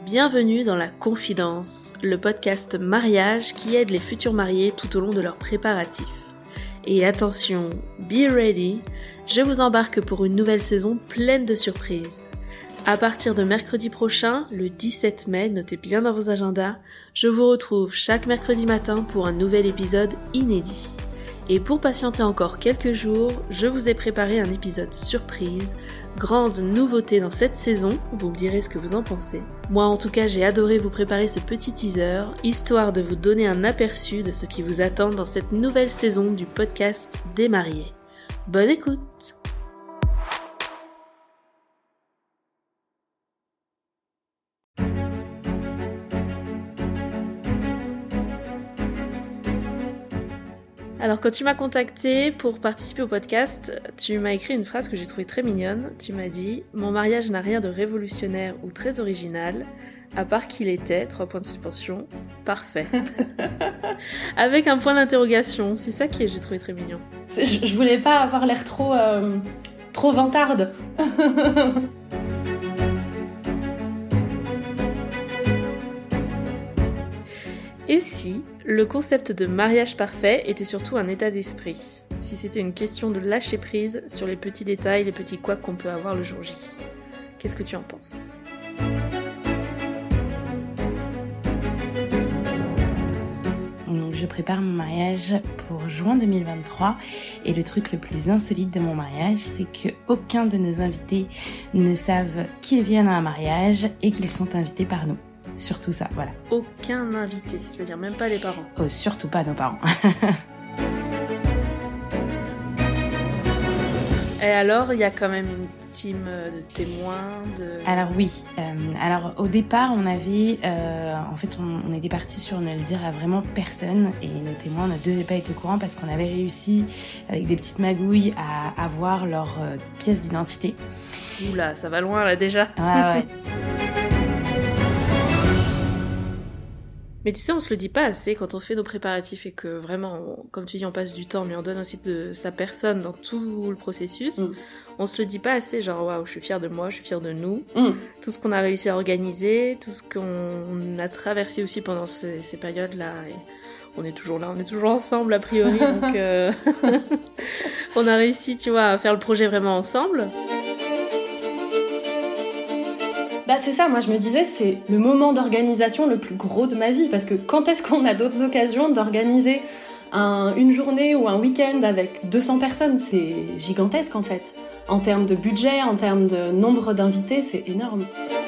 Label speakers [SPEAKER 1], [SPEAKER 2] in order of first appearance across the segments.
[SPEAKER 1] Bienvenue dans La Confidence, le podcast mariage qui aide les futurs mariés tout au long de leurs préparatifs. Et attention, be ready, je vous embarque pour une nouvelle saison pleine de surprises. À partir de mercredi prochain, le 17 mai, notez bien dans vos agendas, je vous retrouve chaque mercredi matin pour un nouvel épisode inédit. Et pour patienter encore quelques jours, je vous ai préparé un épisode surprise, grande nouveauté dans cette saison, vous me direz ce que vous en pensez. Moi en tout cas j'ai adoré vous préparer ce petit teaser, histoire de vous donner un aperçu de ce qui vous attend dans cette nouvelle saison du podcast des mariés. Bonne écoute! Alors quand tu m'as contacté pour participer au podcast, tu m'as écrit une phrase que j'ai trouvée très mignonne. Tu m'as dit « Mon mariage n'a rien de révolutionnaire ou très original, à part qu'il était, 3 points de suspension, parfait. » Avec un point d'interrogation, c'est ça que j'ai trouvé très mignon.
[SPEAKER 2] Je voulais pas avoir l'air trop vantarde.
[SPEAKER 1] Et si le concept de mariage parfait était surtout un état d'esprit? Si c'était une question de lâcher prise sur les petits détails, les petits couacs qu'on peut avoir le jour J? Qu'est-ce que tu en penses?
[SPEAKER 3] Donc, je prépare mon mariage pour juin 2023 et le truc le plus insolite de mon mariage, c'est que aucun de nos invités ne savent qu'ils viennent à un mariage et qu'ils sont invités par nous. Surtout ça, voilà.
[SPEAKER 1] Aucun invité, c'est-à-dire même pas les parents.
[SPEAKER 3] Oh, surtout pas nos parents.
[SPEAKER 1] Et alors, il y a quand même une team de témoins
[SPEAKER 3] Alors oui, alors au départ, on avait... en fait, on était parti sur ne le dire à vraiment personne et nos témoins ne devaient pas être au courant parce qu'on avait réussi, avec des petites magouilles, à avoir leur pièce d'identité.
[SPEAKER 1] Oula, ça va loin là déjà.
[SPEAKER 3] Ouais.
[SPEAKER 1] Mais tu sais, on se le dit pas assez quand on fait nos préparatifs et que vraiment, comme tu dis, on passe du temps, mais on donne aussi de sa personne dans tout le processus. On se le dit pas assez, genre waouh, je suis fière de moi, je suis fière de nous. Tout ce qu'on a réussi à organiser, tout ce qu'on a traversé aussi pendant ces périodes-là. Et on est toujours là, on est toujours ensemble a priori, donc on a réussi, tu vois, à faire le projet vraiment ensemble.
[SPEAKER 2] Bah c'est ça, moi je me disais, c'est le moment d'organisation le plus gros de ma vie, parce que quand est-ce qu'on a d'autres occasions d'organiser une journée ou un week-end avec 200 personnes? C'est gigantesque en fait. En termes de budget, en termes de nombre d'invités, c'est énorme.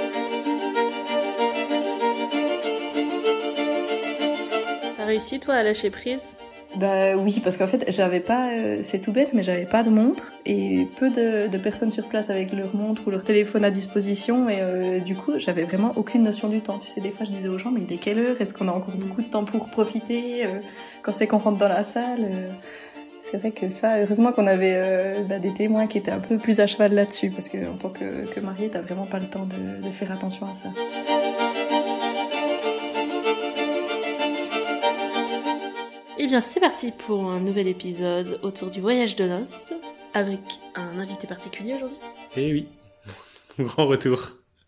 [SPEAKER 1] T'as réussi toi à lâcher prise?
[SPEAKER 4] Bah oui, parce qu'en fait, j'avais pas, c'est tout bête, mais j'avais pas de montre et peu de personnes sur place avec leur montre ou leur téléphone à disposition et du coup, j'avais vraiment aucune notion du temps. Tu sais, des fois, je disais aux gens, mais il est quelle heure? Est-ce qu'on a encore beaucoup de temps pour profiter? Quand c'est qu'on rentre dans la salle? C'est vrai que ça, heureusement qu'on avait des témoins qui étaient un peu plus à cheval là-dessus, parce que en tant que mariée, t'as vraiment pas le temps de faire attention à ça.
[SPEAKER 1] Eh bien, c'est parti pour un nouvel épisode autour du voyage de noces, avec un invité particulier aujourd'hui.
[SPEAKER 5] Eh oui, grand retour.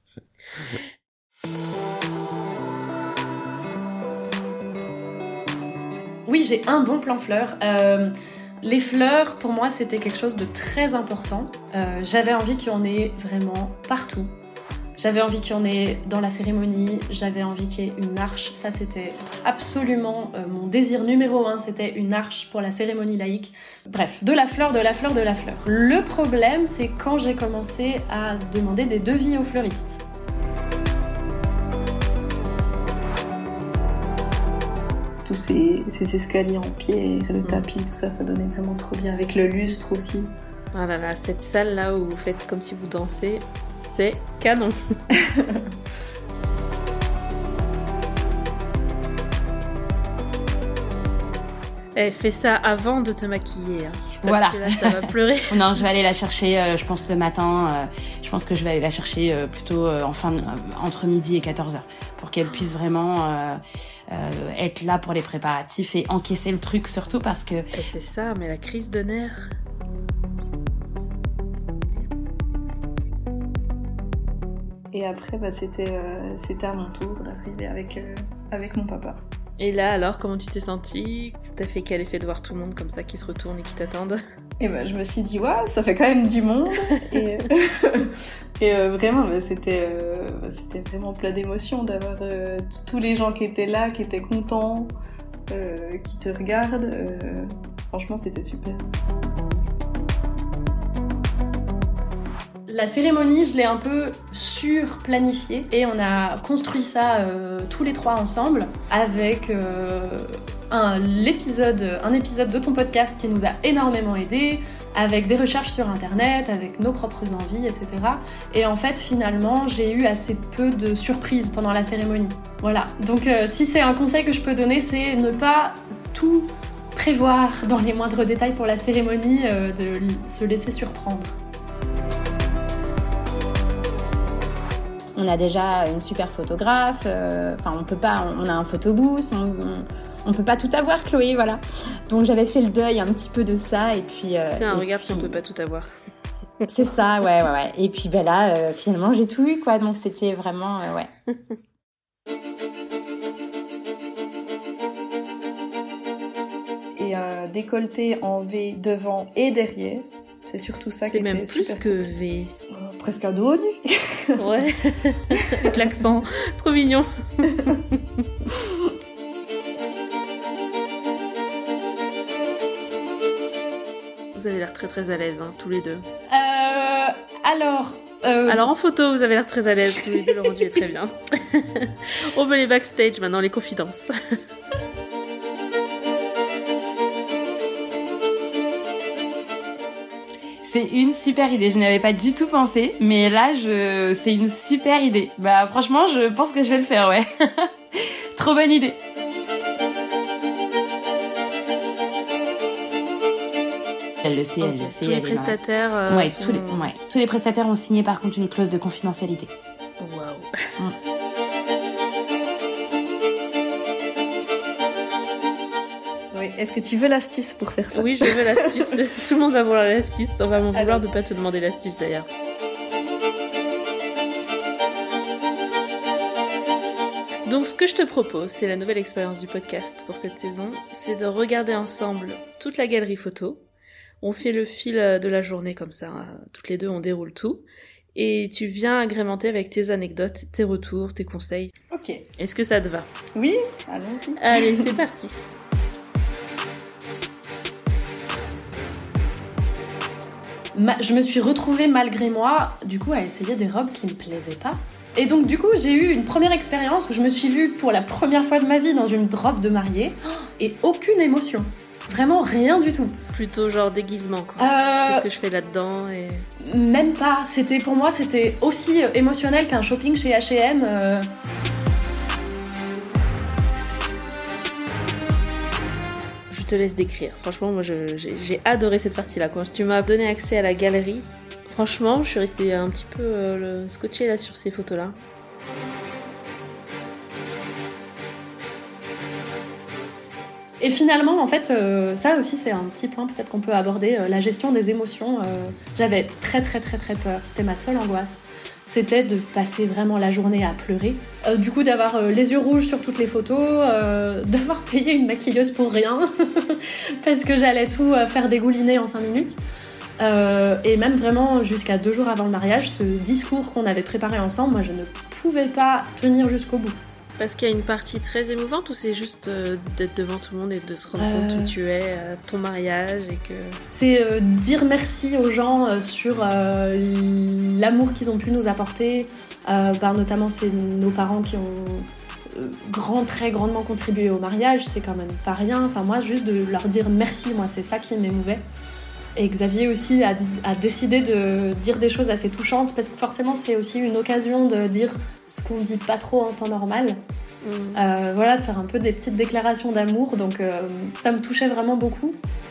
[SPEAKER 2] Oui, j'ai un bon plan fleurs. Les fleurs, pour moi, c'était quelque chose de très important. J'avais envie qu'il y en ait vraiment partout. J'avais envie qu'il y en ait dans la cérémonie, j'avais envie qu'il y ait une arche. Ça, c'était absolument mon désir numéro 1, c'était une arche pour la cérémonie laïque. Bref, de la fleur. Le problème, c'est quand j'ai commencé à demander des devis aux fleuristes.
[SPEAKER 4] Tous ces escaliers en pierre, le tapis, tout ça, ça donnait vraiment trop bien, avec le lustre aussi.
[SPEAKER 1] Ah là là, cette salle là où vous faites comme si vous dansez, c'est canon. Fais ça avant de te maquiller, hein, parce
[SPEAKER 3] voilà.
[SPEAKER 1] que là, ça va pleurer.
[SPEAKER 3] Non, je vais aller la chercher, je pense le matin. Je pense que je vais aller la chercher plutôt entre midi et 14h pour qu'elle puisse vraiment être là pour les préparatifs et encaisser le truc surtout parce que...
[SPEAKER 1] Et c'est ça, mais la crise de nerfs...
[SPEAKER 4] Et après, c'était à mon tour d'arriver avec mon papa.
[SPEAKER 1] Et là, alors, comment tu t'es sentie ? Ça t'a fait quel effet de voir tout le monde comme ça qui se retourne et qui t'attendent ?
[SPEAKER 4] Et je me suis dit, waouh, ça fait quand même du monde. Et vraiment, c'était vraiment plein d'émotions d'avoir tous les gens qui étaient là, qui étaient contents, qui te regardent. Franchement, c'était super.
[SPEAKER 2] La cérémonie, je l'ai un peu surplanifiée et on a construit ça tous les trois ensemble avec un épisode de ton podcast qui nous a énormément aidés, avec des recherches sur internet, avec nos propres envies, etc. Et en fait, finalement, j'ai eu assez peu de surprises pendant la cérémonie. Voilà. Donc, si c'est un conseil que je peux donner, c'est ne pas tout prévoir dans les moindres détails pour la cérémonie, de se laisser surprendre.
[SPEAKER 6] On a déjà une super photographe, on a un photobooth, on peut pas tout avoir, Chloé, voilà. Donc j'avais fait le deuil un petit peu de ça et puis...
[SPEAKER 1] regarde si on peut pas tout avoir.
[SPEAKER 6] C'est ça, ouais. Et puis là, finalement, j'ai tout eu, quoi, donc c'était vraiment, ouais.
[SPEAKER 4] Et un décolleté en V devant et derrière. C'est surtout ça qui était super.
[SPEAKER 1] C'est même plus que V.
[SPEAKER 4] Presque un dos nu.
[SPEAKER 1] Ouais, avec l'accent, trop mignon. Vous avez l'air très très à l'aise, tous les deux. Alors en photo, vous avez l'air très à l'aise, tous les deux, le rendu est très bien. On veut les backstage maintenant, les confidences.
[SPEAKER 3] C'est une super idée, je n'y avais pas du tout pensé, mais là, c'est une super idée. Bah franchement, je pense que je vais le faire, ouais. Trop bonne idée. Elle le sait,
[SPEAKER 1] Okay,
[SPEAKER 3] elle le sait.
[SPEAKER 1] Tous les prestataires...
[SPEAKER 3] tous les prestataires ont signé par contre une clause de confidentialité.
[SPEAKER 1] Waouh.
[SPEAKER 4] Oui. Est-ce que tu veux l'astuce pour faire ça ?
[SPEAKER 1] Oui, je veux l'astuce. Tout le monde va vouloir l'astuce. On va m'en vouloir de pas te demander l'astuce d'ailleurs. Donc ce que je te propose, c'est la nouvelle expérience du podcast pour cette saison, c'est de regarder ensemble toute la galerie photo. On fait le fil de la journée comme ça, toutes les deux on déroule tout. Et tu viens agrémenter avec tes anecdotes, tes retours, tes conseils.
[SPEAKER 4] Ok.
[SPEAKER 1] Est-ce que ça te va ?
[SPEAKER 4] Oui, allons-y.
[SPEAKER 1] Allez, c'est parti.
[SPEAKER 2] Je me suis retrouvée malgré moi, du coup, à essayer des robes qui me plaisaient pas. Et donc, du coup, j'ai eu une première expérience où je me suis vue pour la première fois de ma vie dans une robe de mariée et aucune émotion. Vraiment rien du tout.
[SPEAKER 1] Plutôt genre déguisement, quoi. Qu'est-ce que je fais là-dedans et...
[SPEAKER 2] Même pas. Pour moi, c'était aussi émotionnel qu'un shopping chez H&M.
[SPEAKER 1] Je te laisse décrire. Franchement, moi, j'ai adoré cette partie-là. Quand tu m'as donné accès à la galerie, franchement, je suis restée un petit peu scotchée là sur ces photos-là.
[SPEAKER 2] Et finalement, en fait, ça aussi, c'est un petit point peut-être qu'on peut aborder, la gestion des émotions. J'avais très très très très peur. C'était ma seule angoisse. C'était de passer vraiment la journée à pleurer. Du coup, d'avoir les yeux rouges sur toutes les photos, d'avoir payé une maquilleuse pour rien, parce que j'allais tout faire dégouliner en 5 minutes. Et même vraiment jusqu'à 2 jours avant le mariage, ce discours qu'on avait préparé ensemble, moi je ne pouvais pas tenir jusqu'au bout.
[SPEAKER 1] Parce qu'il y a une partie très émouvante ou c'est juste d'être devant tout le monde et de se rendre compte où tu es à ton mariage et que...
[SPEAKER 2] C'est dire merci aux gens sur l'amour qu'ils ont pu nous apporter. Notamment c'est nos parents qui ont très grandement contribué au mariage, c'est quand même pas rien. Enfin moi juste de leur dire merci, moi c'est ça qui m'émouvait. Et Xavier aussi a décidé de dire des choses assez touchantes parce que forcément c'est aussi une occasion de dire ce qu'on dit pas trop en temps normal. De faire un peu des petites déclarations d'amour, donc ça me touchait vraiment beaucoup.